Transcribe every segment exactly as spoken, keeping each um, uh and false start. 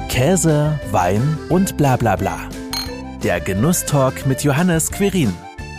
Käse, Wein und bla bla bla. Der Genusstalk mit Johannes Querin.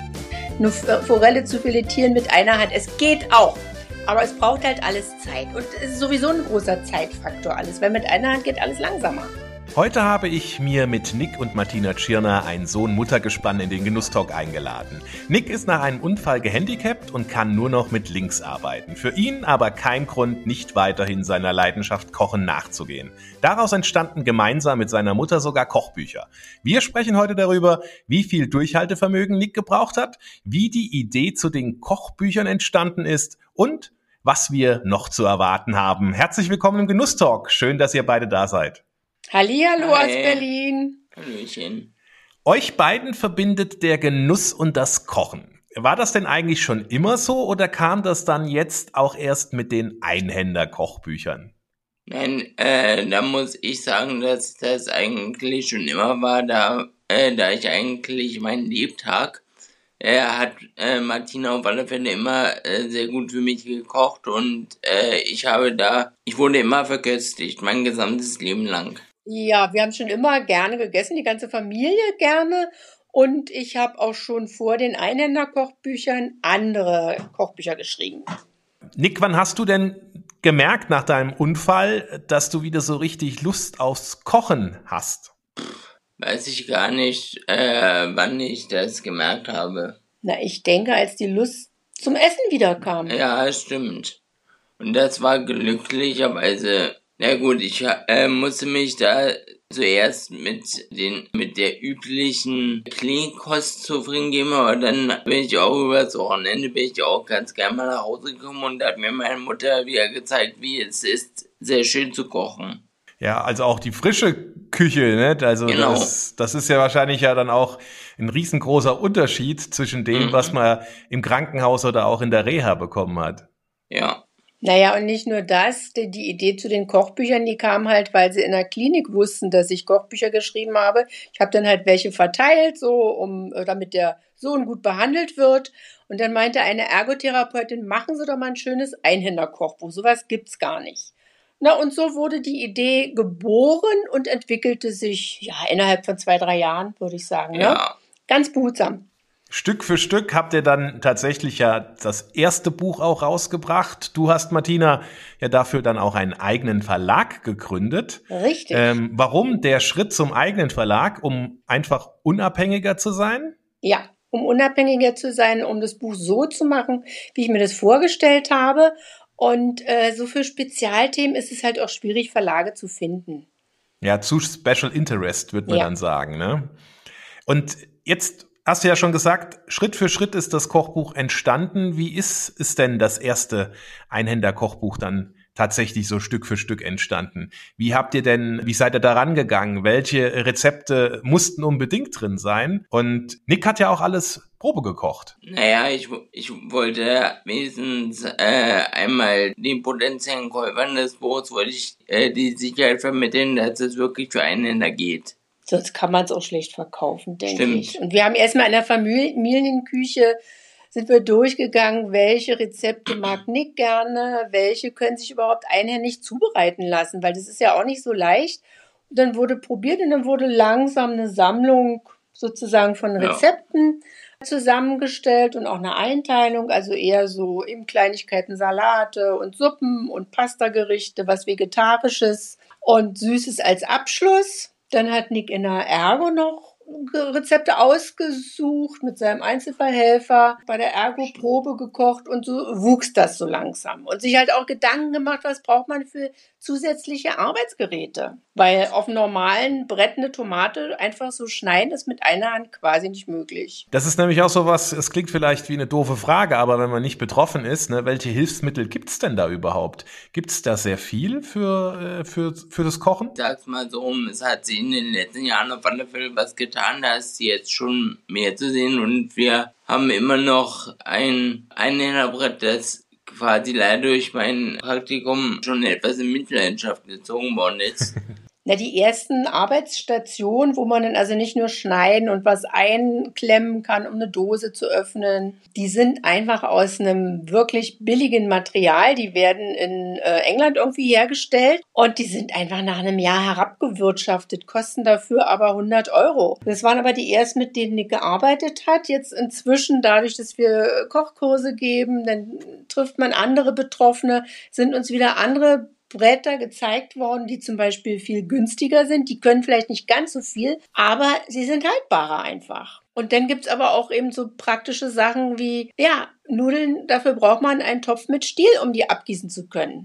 Nur Forelle zu filetieren mit einer Hand, es geht auch. Aber es braucht halt alles Zeit. Und es ist sowieso ein großer Zeitfaktor alles, weil mit einer Hand geht alles langsamer. Heute habe ich mir mit Nick und Martina Tschirner ein Sohn-Mutter-Gespann in den Genusstalk eingeladen. Nick ist nach einem Unfall gehandicapt und kann nur noch mit links arbeiten. Für ihn aber kein Grund, nicht weiterhin seiner Leidenschaft Kochen nachzugehen. Daraus entstanden gemeinsam mit seiner Mutter sogar Kochbücher. Wir sprechen heute darüber, wie viel Durchhaltevermögen Nick gebraucht hat, wie die Idee zu den Kochbüchern entstanden ist und was wir noch zu erwarten haben. Herzlich willkommen im Genusstalk. Schön, dass ihr beide da seid. Hallihallo Hi. aus Berlin. Hallöchen. Euch beiden verbindet der Genuss und das Kochen. War das denn eigentlich schon immer so oder kam das dann jetzt auch erst mit den Einhänder-Kochbüchern? Nein, äh, da muss ich sagen, dass das eigentlich schon immer war, da, äh, da ich eigentlich meinen Lebtag, äh, hat äh, Martina auf alle Fälle immer äh, sehr gut für mich gekocht und äh, ich habe da, ich wurde immer verköstigt, mein gesamtes Leben lang. Ja, wir haben schon immer gerne gegessen, die ganze Familie gerne. Und ich habe auch schon vor den Einhänder-Kochbüchern andere Kochbücher geschrieben. Nick, wann hast du denn gemerkt nach deinem Unfall, dass du wieder so richtig Lust aufs Kochen hast? Weiß ich gar nicht, äh, wann ich das gemerkt habe. Na, ich denke, als die Lust zum Essen wieder kam. Ja, stimmt. Und das war glücklicherweise, na gut, ich äh, musste mich da zuerst mit den mit der üblichen Klinikkost zufrieden geben, aber dann bin ich auch übers Wochenende, bin ich auch ganz gerne mal nach Hause gekommen und da hat mir meine Mutter wieder gezeigt, wie es ist, sehr schön zu kochen. Ja, also auch die frische Küche, ne? Also Genau. das, das ist ja wahrscheinlich ja dann auch ein riesengroßer Unterschied zwischen dem, Mhm. was man im Krankenhaus oder auch in der Reha bekommen hat. Ja. Naja, und nicht nur das, die, die Idee zu den Kochbüchern, die kam halt, weil sie in der Klinik wussten, dass ich Kochbücher geschrieben habe. Ich habe dann halt welche verteilt, so um, damit der Sohn gut behandelt wird. Und dann meinte eine Ergotherapeutin, machen Sie doch mal ein schönes Einhänder-Kochbuch. Sowas gibt's gar nicht. Na, und so wurde die Idee geboren und entwickelte sich, ja, innerhalb von zwei, drei Jahren, würde ich sagen, ne? Ja. Ganz behutsam. Stück für Stück habt ihr dann tatsächlich ja das erste Buch auch rausgebracht. Du hast, Martina, ja dafür dann auch einen eigenen Verlag gegründet. Richtig. Ähm, warum der Schritt zum eigenen Verlag? Um einfach unabhängiger zu sein? Ja, um unabhängiger zu sein, um das Buch so zu machen, wie ich mir das vorgestellt habe. Und äh, so für Spezialthemen ist es halt auch schwierig, Verlage zu finden. Ja, zu Special Interest, würde man Ja. dann sagen, ne? Und jetzt hast du ja schon gesagt, Schritt für Schritt ist das Kochbuch entstanden. Wie ist es denn das erste Einhänder-Kochbuch dann tatsächlich so Stück für Stück entstanden? Wie habt ihr denn, wie seid ihr da rangegangen? Welche Rezepte mussten unbedingt drin sein? Und Nick hat ja auch alles Probe gekocht. Naja, ich, ich wollte wenigstens äh, einmal den potenziellen Käufern des Buchs, wollte ich äh, die Sicherheit vermitteln, dass es wirklich für Einhänder geht. Sonst kann man es auch schlecht verkaufen, denke Stimmt. ich. Und wir haben erstmal in der Familienküche sind wir durchgegangen, welche Rezepte mag Nick gerne, welche können sich überhaupt einhändig zubereiten lassen, weil das ist ja auch nicht so leicht. Und dann wurde probiert und dann wurde langsam eine Sammlung sozusagen von Ja. Rezepten zusammengestellt und auch eine Einteilung, also eher so eben Kleinigkeiten, Salate und Suppen und Pastagerichte, was Vegetarisches und Süßes als Abschluss. Dann hat Nick in der Ergo noch Rezepte ausgesucht mit seinem Einzelfallhelfer, bei der Ergo-Probe gekocht und so wuchs das so langsam. Und sich halt auch Gedanken gemacht, was braucht man für zusätzliche Arbeitsgeräte. Weil auf einem normalen Brett eine Tomate einfach so schneiden ist mit einer Hand quasi nicht möglich. Das ist nämlich auch so was, es klingt vielleicht wie eine doofe Frage, aber wenn man nicht betroffen ist, ne, welche Hilfsmittel gibt's denn da überhaupt? Gibt's da sehr viel für, äh, für, für das Kochen? Ich sag's mal so, es hat sich in den letzten Jahren auf alle Fälle was getan, da ist jetzt schon mehr zu sehen und wir haben immer noch ein Einhänderbrett, das quasi leider durch mein Praktikum schon etwas in Mitleidenschaft gezogen worden ist. Na, die ersten Arbeitsstationen, wo man dann also nicht nur schneiden und was einklemmen kann, um eine Dose zu öffnen, die sind einfach aus einem wirklich billigen Material. Die werden in äh, England irgendwie hergestellt und die sind einfach nach einem Jahr herabgewirtschaftet, kosten dafür aber hundert Euro. Das waren aber die ersten, mit denen Nick gearbeitet hat. Jetzt inzwischen, dadurch, dass wir Kochkurse geben, dann trifft man andere Betroffene, sind uns wieder andere Bretter gezeigt worden, die zum Beispiel viel günstiger sind. Die können vielleicht nicht ganz so viel, aber sie sind haltbarer einfach. Und dann gibt's aber auch eben so praktische Sachen wie, ja, Nudeln, dafür braucht man einen Topf mit Stiel, um die abgießen zu können.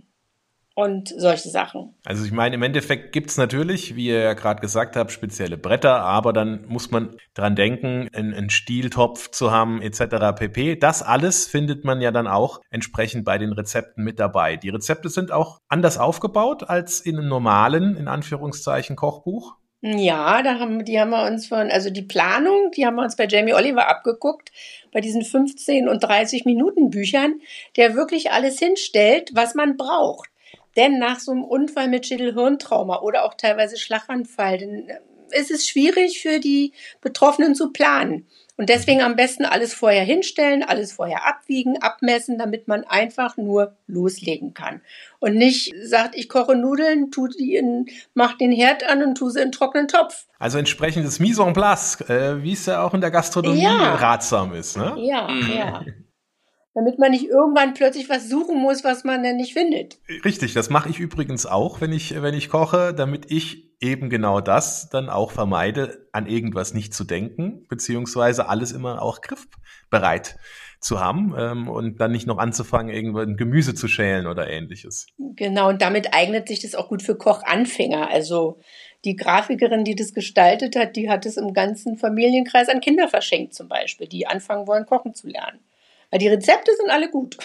Und solche Sachen. Also ich meine, im Endeffekt gibt's natürlich, wie ihr ja gerade gesagt habt, spezielle Bretter, aber dann muss man dran denken, einen, einen Stieltopf zu haben et cetera pp. Das alles findet man ja dann auch entsprechend bei den Rezepten mit dabei. Die Rezepte sind auch anders aufgebaut als in einem normalen, in Anführungszeichen, Kochbuch. Ja, da haben, die haben wir uns von, also die Planung, die haben wir uns bei Jamie Oliver abgeguckt, bei diesen fünfzehn und dreißig Minuten Büchern, der wirklich alles hinstellt, was man braucht. Denn nach so einem Unfall mit Schädel-Hirntrauma oder auch teilweise Schlaganfall, dann ist es schwierig für die Betroffenen zu planen. Und deswegen am besten alles vorher hinstellen, alles vorher abwiegen, abmessen, damit man einfach nur loslegen kann. Und nicht sagt, ich koche Nudeln, tu die in, mach den Herd an und tu sie in einen trockenen Topf. Also entsprechendes Mise en place, äh, wie es ja auch in der Gastronomie ja. ratsam ist, ne? Ja, mhm. ja. Damit man nicht irgendwann plötzlich was suchen muss, was man dann nicht findet. Richtig, das mache ich übrigens auch, wenn ich, wenn ich koche, damit ich eben genau das dann auch vermeide, an irgendwas nicht zu denken, beziehungsweise alles immer auch griffbereit zu haben ähm, und dann nicht noch anzufangen, irgendwann Gemüse zu schälen oder ähnliches. Genau, und damit eignet sich das auch gut für Kochanfänger. Also die Grafikerin, die das gestaltet hat, die hat es im ganzen Familienkreis an Kinder verschenkt zum Beispiel, die anfangen wollen, kochen zu lernen. Weil die Rezepte sind alle gut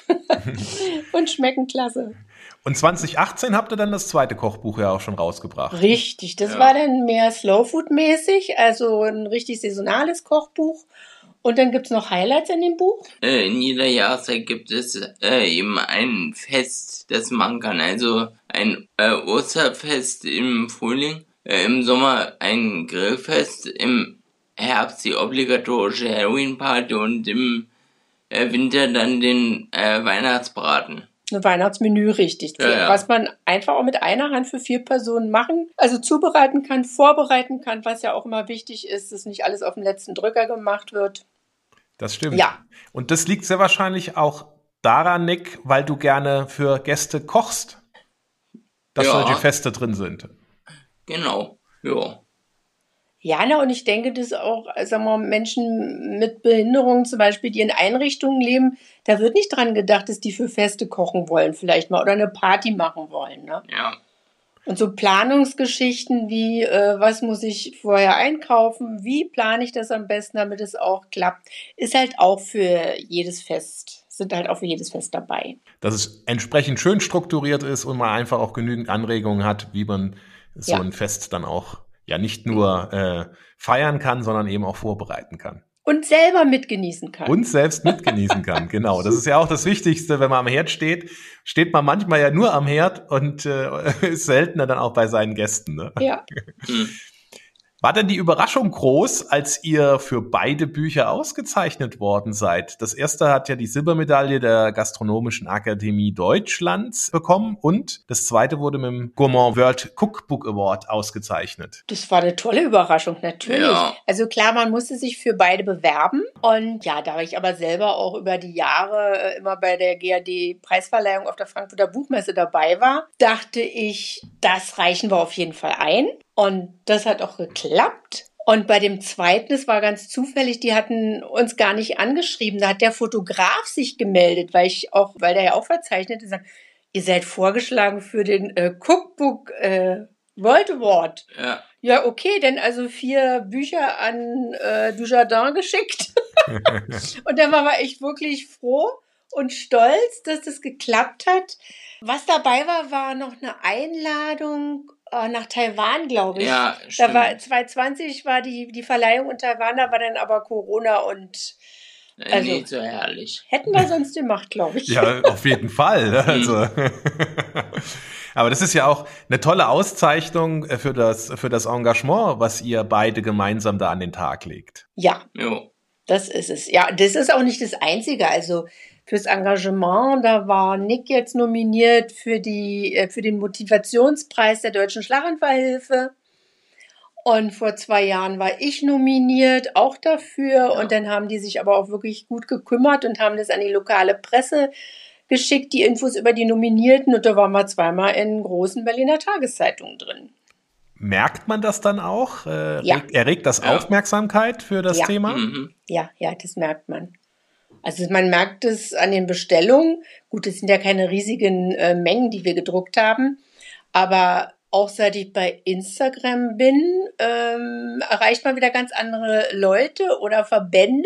und schmecken klasse. Und zwanzig achtzehn habt ihr dann das zweite Kochbuch ja auch schon rausgebracht. Richtig, das ja. war dann mehr Slowfood-mäßig, also ein richtig saisonales Kochbuch. Und dann gibt's noch Highlights in dem Buch? Äh, in jeder Jahreszeit gibt es äh, eben ein Fest, das man kann. Also ein äh, Osterfest im Frühling, äh, im Sommer ein Grillfest, im Herbst die obligatorische Halloween-Party und im Winter dann den äh, Weihnachtsbraten. Ein Weihnachtsmenü, richtig. Ja, ja. Was man einfach auch mit einer Hand für vier Personen machen, also zubereiten kann, vorbereiten kann, was ja auch immer wichtig ist, dass nicht alles auf den letzten Drücker gemacht wird. Das stimmt. Ja. Und das liegt sehr wahrscheinlich auch daran, Nick, weil du gerne für Gäste kochst, dass ja. solche Feste drin sind. Genau, ja. Ja, na, und ich denke, dass auch, sagen wir mal, Menschen mit Behinderungen zum Beispiel, die in Einrichtungen leben, da wird nicht dran gedacht, dass die für Feste kochen wollen vielleicht mal oder eine Party machen wollen. Ne? Ja. Und so Planungsgeschichten wie, äh, was muss ich vorher einkaufen, wie plane ich das am besten, damit es auch klappt, ist halt auch für jedes Fest, sind halt auch für jedes Fest dabei. Dass es entsprechend schön strukturiert ist und man einfach auch genügend Anregungen hat, wie man so ja. ein Fest dann auch ja nicht nur äh, feiern kann, sondern eben auch vorbereiten kann. Und selber mitgenießen kann. Und selbst mitgenießen kann, genau. Das ist ja auch das Wichtigste, wenn man am Herd steht. Steht man manchmal ja nur am Herd und äh, ist seltener dann auch bei seinen Gästen. Ne? Ja. War denn die Überraschung groß, als ihr für beide Bücher ausgezeichnet worden seid? Das erste hat ja die Silbermedaille der Gastronomischen Akademie Deutschlands bekommen und das zweite wurde mit dem Gourmand World Cookbook Award ausgezeichnet. Das war eine tolle Überraschung, natürlich. Ja. Also klar, man musste sich für beide bewerben und ja, da ich aber selber auch über die Jahre immer bei der G A D-Preisverleihung auf der Frankfurter Buchmesse dabei war, dachte ich, das reichen wir auf jeden Fall ein. Und das hat auch geklappt. Und bei dem zweiten, es war ganz zufällig, die hatten uns gar nicht angeschrieben. Da hat der Fotograf sich gemeldet, weil ich auch, weil der ja auch verzeichnet ist, ihr seid vorgeschlagen für den äh, Cookbook äh, World Award. Ja. Ja, okay, denn also vier Bücher an äh, Dujardin geschickt. Und dann war man echt wirklich froh und stolz, dass das geklappt hat. Was dabei war, war noch eine Einladung nach Taiwan, glaube ich. Ja, da war zwanzig zwanzig war die, die Verleihung in Taiwan, da war dann aber Corona und Äh, Also- nicht so herrlich. Hätten wir sonst gemacht, glaube ich. Ja, auf jeden Fall. ne? Also. Aber das ist ja auch eine tolle Auszeichnung für das, für das Engagement, was ihr beide gemeinsam da an den Tag legt. Ja, Jo. das ist es. Ja, das ist auch nicht das Einzige. Also fürs Engagement, da war Nick jetzt nominiert für die, äh, für den Motivationspreis der Deutschen Schlaganfallhilfe. Und vor zwei Jahren war ich nominiert, auch dafür. Ja. Und dann haben die sich aber auch wirklich gut gekümmert und haben das an die lokale Presse geschickt, die Infos über die Nominierten. Und da waren wir zweimal in großen Berliner Tageszeitungen drin. Merkt man das dann auch? Äh, Ja. regt- Erregt das Ja. Aufmerksamkeit für das Ja. Thema? Mhm. Ja, ja, das merkt man. Also man merkt es an den Bestellungen. Gut, es sind ja keine riesigen äh, Mengen, die wir gedruckt haben. Aber auch seit ich bei Instagram bin, ähm, erreicht man wieder ganz andere Leute oder Verbände.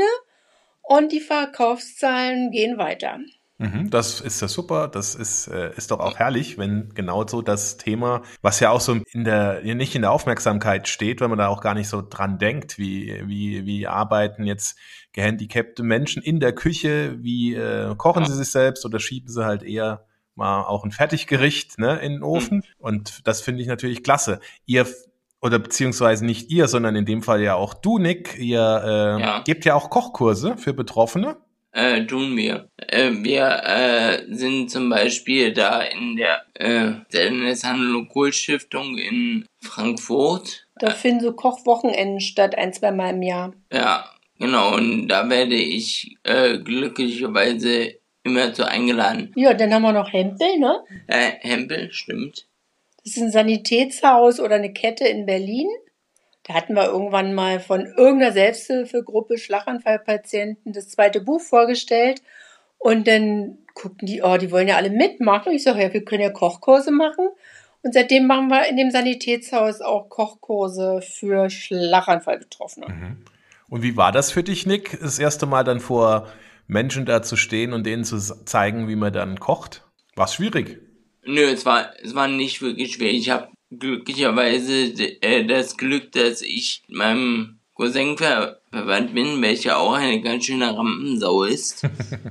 Und die Verkaufszahlen gehen weiter. Mhm, das ist ja super. Das ist, äh, ist doch auch herrlich, wenn genau so das Thema, was ja auch so in der, nicht in der Aufmerksamkeit steht, wenn man da auch gar nicht so dran denkt, wie, wie, wie arbeiten jetzt gehandicapte Menschen in der Küche, wie äh, kochen Ja. sie sich selbst oder schieben sie halt eher mal auch ein Fertiggericht ne, in den Ofen. Und das finde ich natürlich klasse. Ihr oder beziehungsweise nicht ihr, sondern in dem Fall ja auch du, Nick, ihr äh, Ja. gebt ja auch Kochkurse für Betroffene. Äh, tun wir. Äh, wir äh, sind zum Beispiel da in der äh, Seltenheitshandel- und Kohl-Stiftung in Frankfurt. Da finden so Kochwochenenden statt, ein, zwei Mal im Jahr. Ja, genau. Und da werde ich äh, glücklicherweise immer zu eingeladen. Ja, dann haben wir noch Hempel, ne? Äh, Hempel, stimmt. Das ist ein Sanitätshaus oder eine Kette in Berlin. Da hatten wir irgendwann mal von irgendeiner Selbsthilfegruppe Schlaganfallpatienten das zweite Buch vorgestellt. Und dann guckten die, oh, die wollen ja alle mitmachen. Und ich sage, ja, wir können ja Kochkurse machen. Und seitdem machen wir in dem Sanitätshaus auch Kochkurse für Schlaganfallbetroffene. Mhm. Und wie war das für dich, Nick, das erste Mal dann vor Menschen da zu stehen und denen zu zeigen, wie man dann kocht? War es schwierig? Nö, es war, es war nicht wirklich schwer. Ich habe glücklicherweise äh, das Glück, dass ich mit meinem Cousin ver verwandt bin, welcher auch eine ganz schöne Rampensau ist.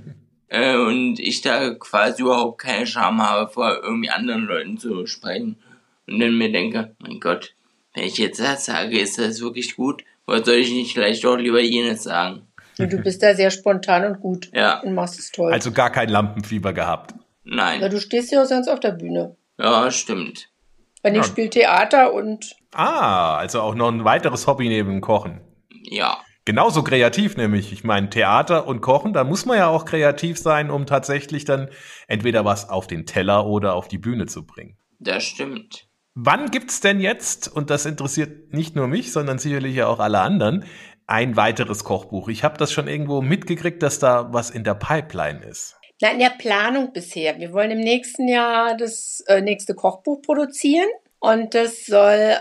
äh, und ich da quasi überhaupt keine Scham habe, vor irgendwie anderen Leuten zu sprechen. Und dann mir denke, mein Gott, wenn ich jetzt das sage, ist das wirklich gut? Oder soll ich nicht vielleicht auch lieber jenes sagen? Und du bist da sehr spontan und gut Ja, und machst es toll. Also gar kein Lampenfieber gehabt. Ja, nein. du stehst ja auch sonst auf der Bühne. Ja, stimmt. Wenn ich Ja. spiele Theater und Ah, also auch noch ein weiteres Hobby neben dem Kochen. Ja, Genauso kreativ nämlich. Ich meine, Theater und Kochen, da muss man ja auch kreativ sein, um tatsächlich dann entweder was auf den Teller oder auf die Bühne zu bringen. das stimmt. Wann gibt's denn jetzt, und das interessiert nicht nur mich, sondern sicherlich ja auch alle anderen, ein weiteres Kochbuch? Ich habe das schon irgendwo mitgekriegt, dass da was in der Pipeline ist. na, in der Planung bisher. Wir wollen im nächsten Jahr das äh, nächste Kochbuch produzieren. Und das soll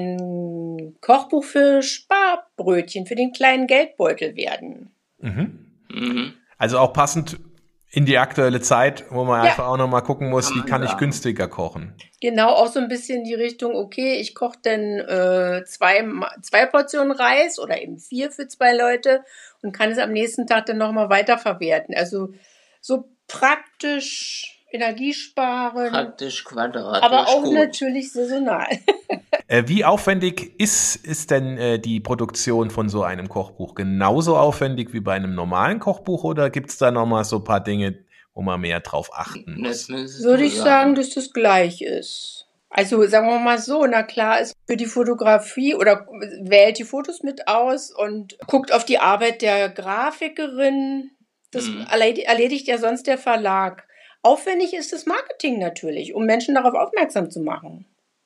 ein Kochbuch für Sparbrötchen, für den kleinen Geldbeutel werden. Mhm. Mhm. Also auch passend in die aktuelle Zeit, wo man Ja. einfach auch nochmal gucken muss, Kann wie man kann ich sagen. günstiger kochen. Genau, auch so ein bisschen die Richtung, okay, ich koche dann äh, zwei, zwei Portionen Reis oder eben vier für zwei Leute und kann es am nächsten Tag dann nochmal weiterverwerten. Also so praktisch, Energiesparen, Praktisch quadratisch aber auch gut. natürlich saisonal. Äh, wie aufwendig ist, ist denn äh, die Produktion von so einem Kochbuch? Genauso aufwendig wie bei einem normalen Kochbuch oder gibt's da nochmal so ein paar Dinge, wo man mehr drauf achten muss? Das müsstest Würde du ich sagen, dass das gleich ist. Also sagen wir mal so, na klar ist für die Fotografie oder wählt die Fotos mit aus und guckt auf die Arbeit der Grafikerin. Das Mhm. erledi- erledigt ja sonst der Verlag. Aufwendig ist das Marketing natürlich, um Menschen darauf aufmerksam zu machen.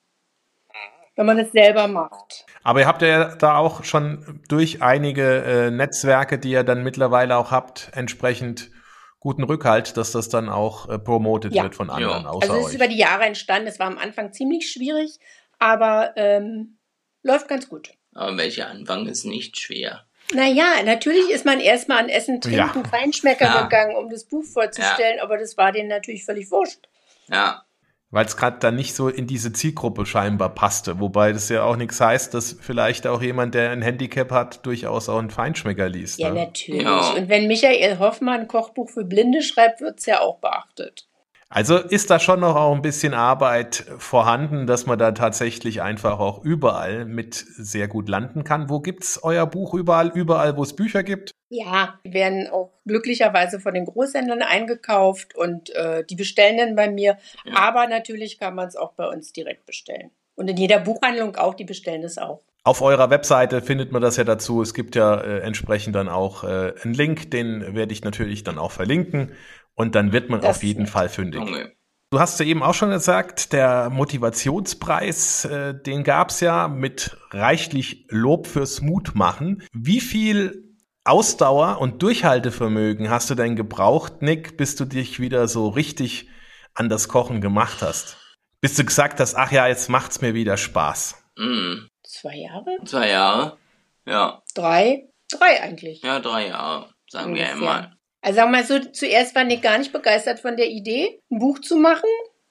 Wenn man es selber macht. Aber ihr habt ja da auch schon durch einige äh, Netzwerke, die ihr dann mittlerweile auch habt, entsprechend guten Rückhalt, dass das dann auch äh, promotet Ja. wird von Ja. anderen außer Also es ist euch. über die Jahre entstanden. Es war am Anfang ziemlich schwierig, aber ähm, läuft ganz gut. Aber welcher Anfang ist nicht schwer. Naja, natürlich ist man erstmal an Essen, Trinken, Ja. Feinschmecker Ja. gegangen, um das Buch vorzustellen, aber das war denen natürlich völlig wurscht. Ja, weil es gerade dann nicht so in diese Zielgruppe scheinbar passte. Wobei das ja auch nichts heißt, dass vielleicht auch jemand, der ein Handicap hat, durchaus auch einen Feinschmecker liest. Ja, ne? natürlich. Ja. Und wenn Michael Hoffmann ein Kochbuch für Blinde schreibt, wird es ja auch beachtet. Also ist da schon noch auch ein bisschen Arbeit vorhanden, dass man da tatsächlich einfach auch überall mit sehr gut landen kann. Wo gibt's euer Buch überall? Überall, wo es Bücher gibt? Ja, die werden auch glücklicherweise von den Großhändlern eingekauft und äh, die bestellen dann bei mir. Ja. Aber natürlich kann man es auch bei uns direkt bestellen. Und in jeder Buchhandlung auch, die bestellen es auch. Auf eurer Webseite findet man das ja dazu. Es gibt ja äh, entsprechend dann auch äh, einen Link, den werde ich natürlich dann auch verlinken. Und dann wird man Das auf jeden ist Fall fündig. Okay. Du hast ja eben auch schon gesagt, der Motivationspreis, äh, den gab's ja mit reichlich Lob fürs Mutmachen. Wie viel Ausdauer und Durchhaltevermögen hast du denn gebraucht, Nick, bis du dich wieder so richtig an das Kochen gemacht hast? Bis du gesagt hast, ach ja, jetzt macht's mir wieder Spaß. Mhm. Zwei Jahre? Zwei Jahre. Ja. Drei? Drei eigentlich. Ja, drei Jahre, sagen Ungefähr. wir einmal. Also sagen wir mal so, zuerst war Nick gar nicht begeistert von der Idee, ein Buch zu machen.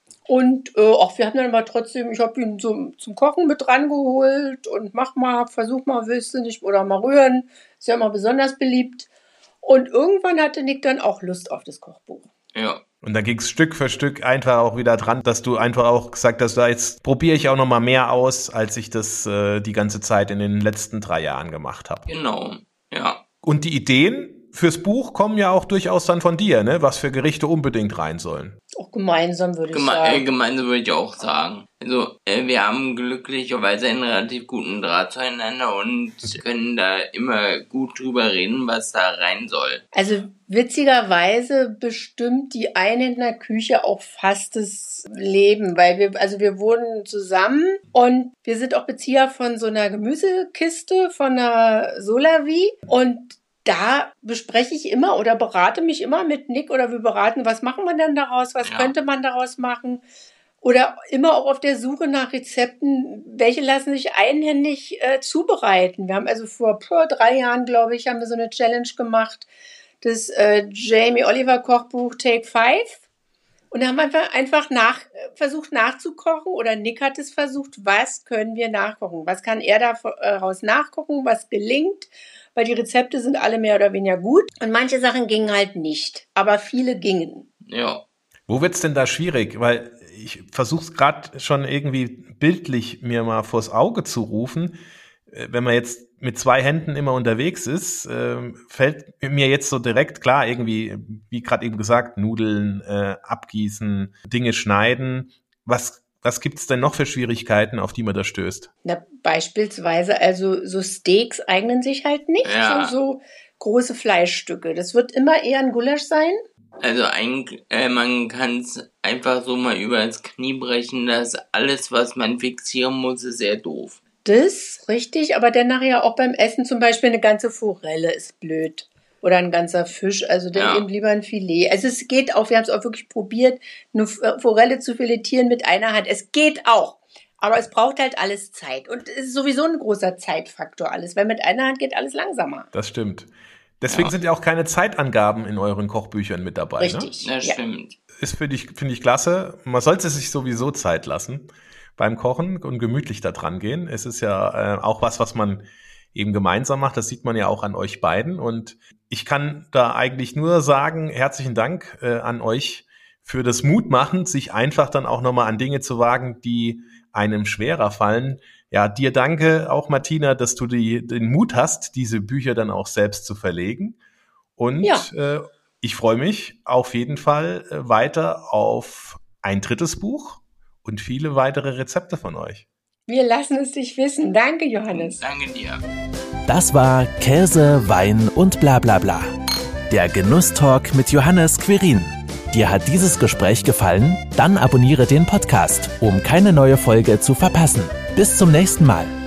Und äh, auch wir haben dann aber trotzdem, ich habe ihn so zum Kochen mit rangeholt und mach mal, versuch mal, willst du nicht, oder mal rühren. Ist ja immer besonders beliebt. Und irgendwann hatte Nick dann auch Lust auf das Kochbuch. Ja. Und dann ging's Stück für Stück einfach auch wieder dran, dass du einfach auch gesagt hast, da jetzt probiere ich auch noch mal mehr aus, als ich das äh, die ganze Zeit in den letzten drei Jahren gemacht habe. Genau. Ja. Und die Ideen fürs Buch kommen ja auch durchaus dann von dir, ne? Was für Gerichte unbedingt rein sollen. Auch gemeinsam würde ich Geme sagen. äh, gemeinsam würde ich auch sagen. Also, äh, wir haben glücklicherweise einen relativ guten Draht zueinander und können da immer gut drüber reden, was da rein soll. Also witzigerweise bestimmt die eine in der Küche auch fast das Leben, weil wir, also wir wohnen zusammen und wir sind auch Bezieher von so einer Gemüsekiste, von einer Solavi, und da bespreche ich immer oder berate mich immer mit Nick, oder wir beraten, was machen wir denn daraus, was Ja. könnte man daraus machen, oder immer auch auf der Suche nach Rezepten, welche lassen sich einhändig äh, zubereiten. Wir haben also vor vor drei Jahren, glaube ich, haben wir so eine Challenge gemacht, das äh, Jamie Oliver Kochbuch Take Five. Und da haben wir einfach, einfach nach, versucht nachzukochen, oder Nick hat es versucht, was können wir nachkochen? Was kann er daraus nachkochen, was gelingt? Weil die Rezepte sind alle mehr oder weniger gut. Und manche Sachen gingen halt nicht, aber viele gingen. Ja. Wo wird's denn da schwierig? Weil ich versuche es gerade schon irgendwie bildlich mir mal vors Auge zu rufen. Wenn man jetzt mit zwei Händen immer unterwegs ist, äh, fällt mir jetzt so direkt klar, irgendwie, wie gerade eben gesagt, Nudeln äh, abgießen, Dinge schneiden. Was, was gibt's denn noch für Schwierigkeiten, auf die man da stößt? Na, beispielsweise, also so Steaks eignen sich halt nicht, Ja. so, so große Fleischstücke. Das wird immer eher ein Gulasch sein. Also eigentlich, äh, man kann es einfach so mal über das Knie brechen, dass alles, was man fixieren muss, ist sehr doof. Das, richtig, aber dann nachher auch beim Essen zum Beispiel eine ganze Forelle ist blöd. Oder ein ganzer Fisch, also dann Ja. eben lieber ein Filet. Also es geht auch, wir haben es auch wirklich probiert, eine Forelle zu filetieren mit einer Hand. Es geht auch, aber es braucht halt alles Zeit. Und es ist sowieso ein großer Zeitfaktor alles, weil mit einer Hand geht alles langsamer. Das stimmt. Deswegen Ja. sind ja auch keine Zeitangaben in euren Kochbüchern mit dabei. Richtig. Das Ja. stimmt. Ist für dich, finde ich klasse. Man sollte sich sowieso Zeit lassen beim Kochen und gemütlich da dran gehen. Es ist ja äh, auch was, was man eben gemeinsam macht. Das sieht man ja auch an euch beiden. Und ich kann da eigentlich nur sagen, herzlichen Dank äh, an euch für das Mutmachen, sich einfach dann auch nochmal an Dinge zu wagen, die einem schwerer fallen. Ja, dir danke auch, Martina, dass du die, den Mut hast, diese Bücher dann auch selbst zu verlegen. Und Ja. äh, ich freue mich auf jeden Fall äh, weiter auf ein drittes Buch und viele weitere Rezepte von euch. Wir lassen es dich wissen. Danke, Johannes. Danke dir. Das war Käse, Wein und bla bla bla. Der Genusstalk mit Johannes Quirin. Dir hat dieses Gespräch gefallen? Dann abonniere den Podcast, um keine neue Folge zu verpassen. Bis zum nächsten Mal.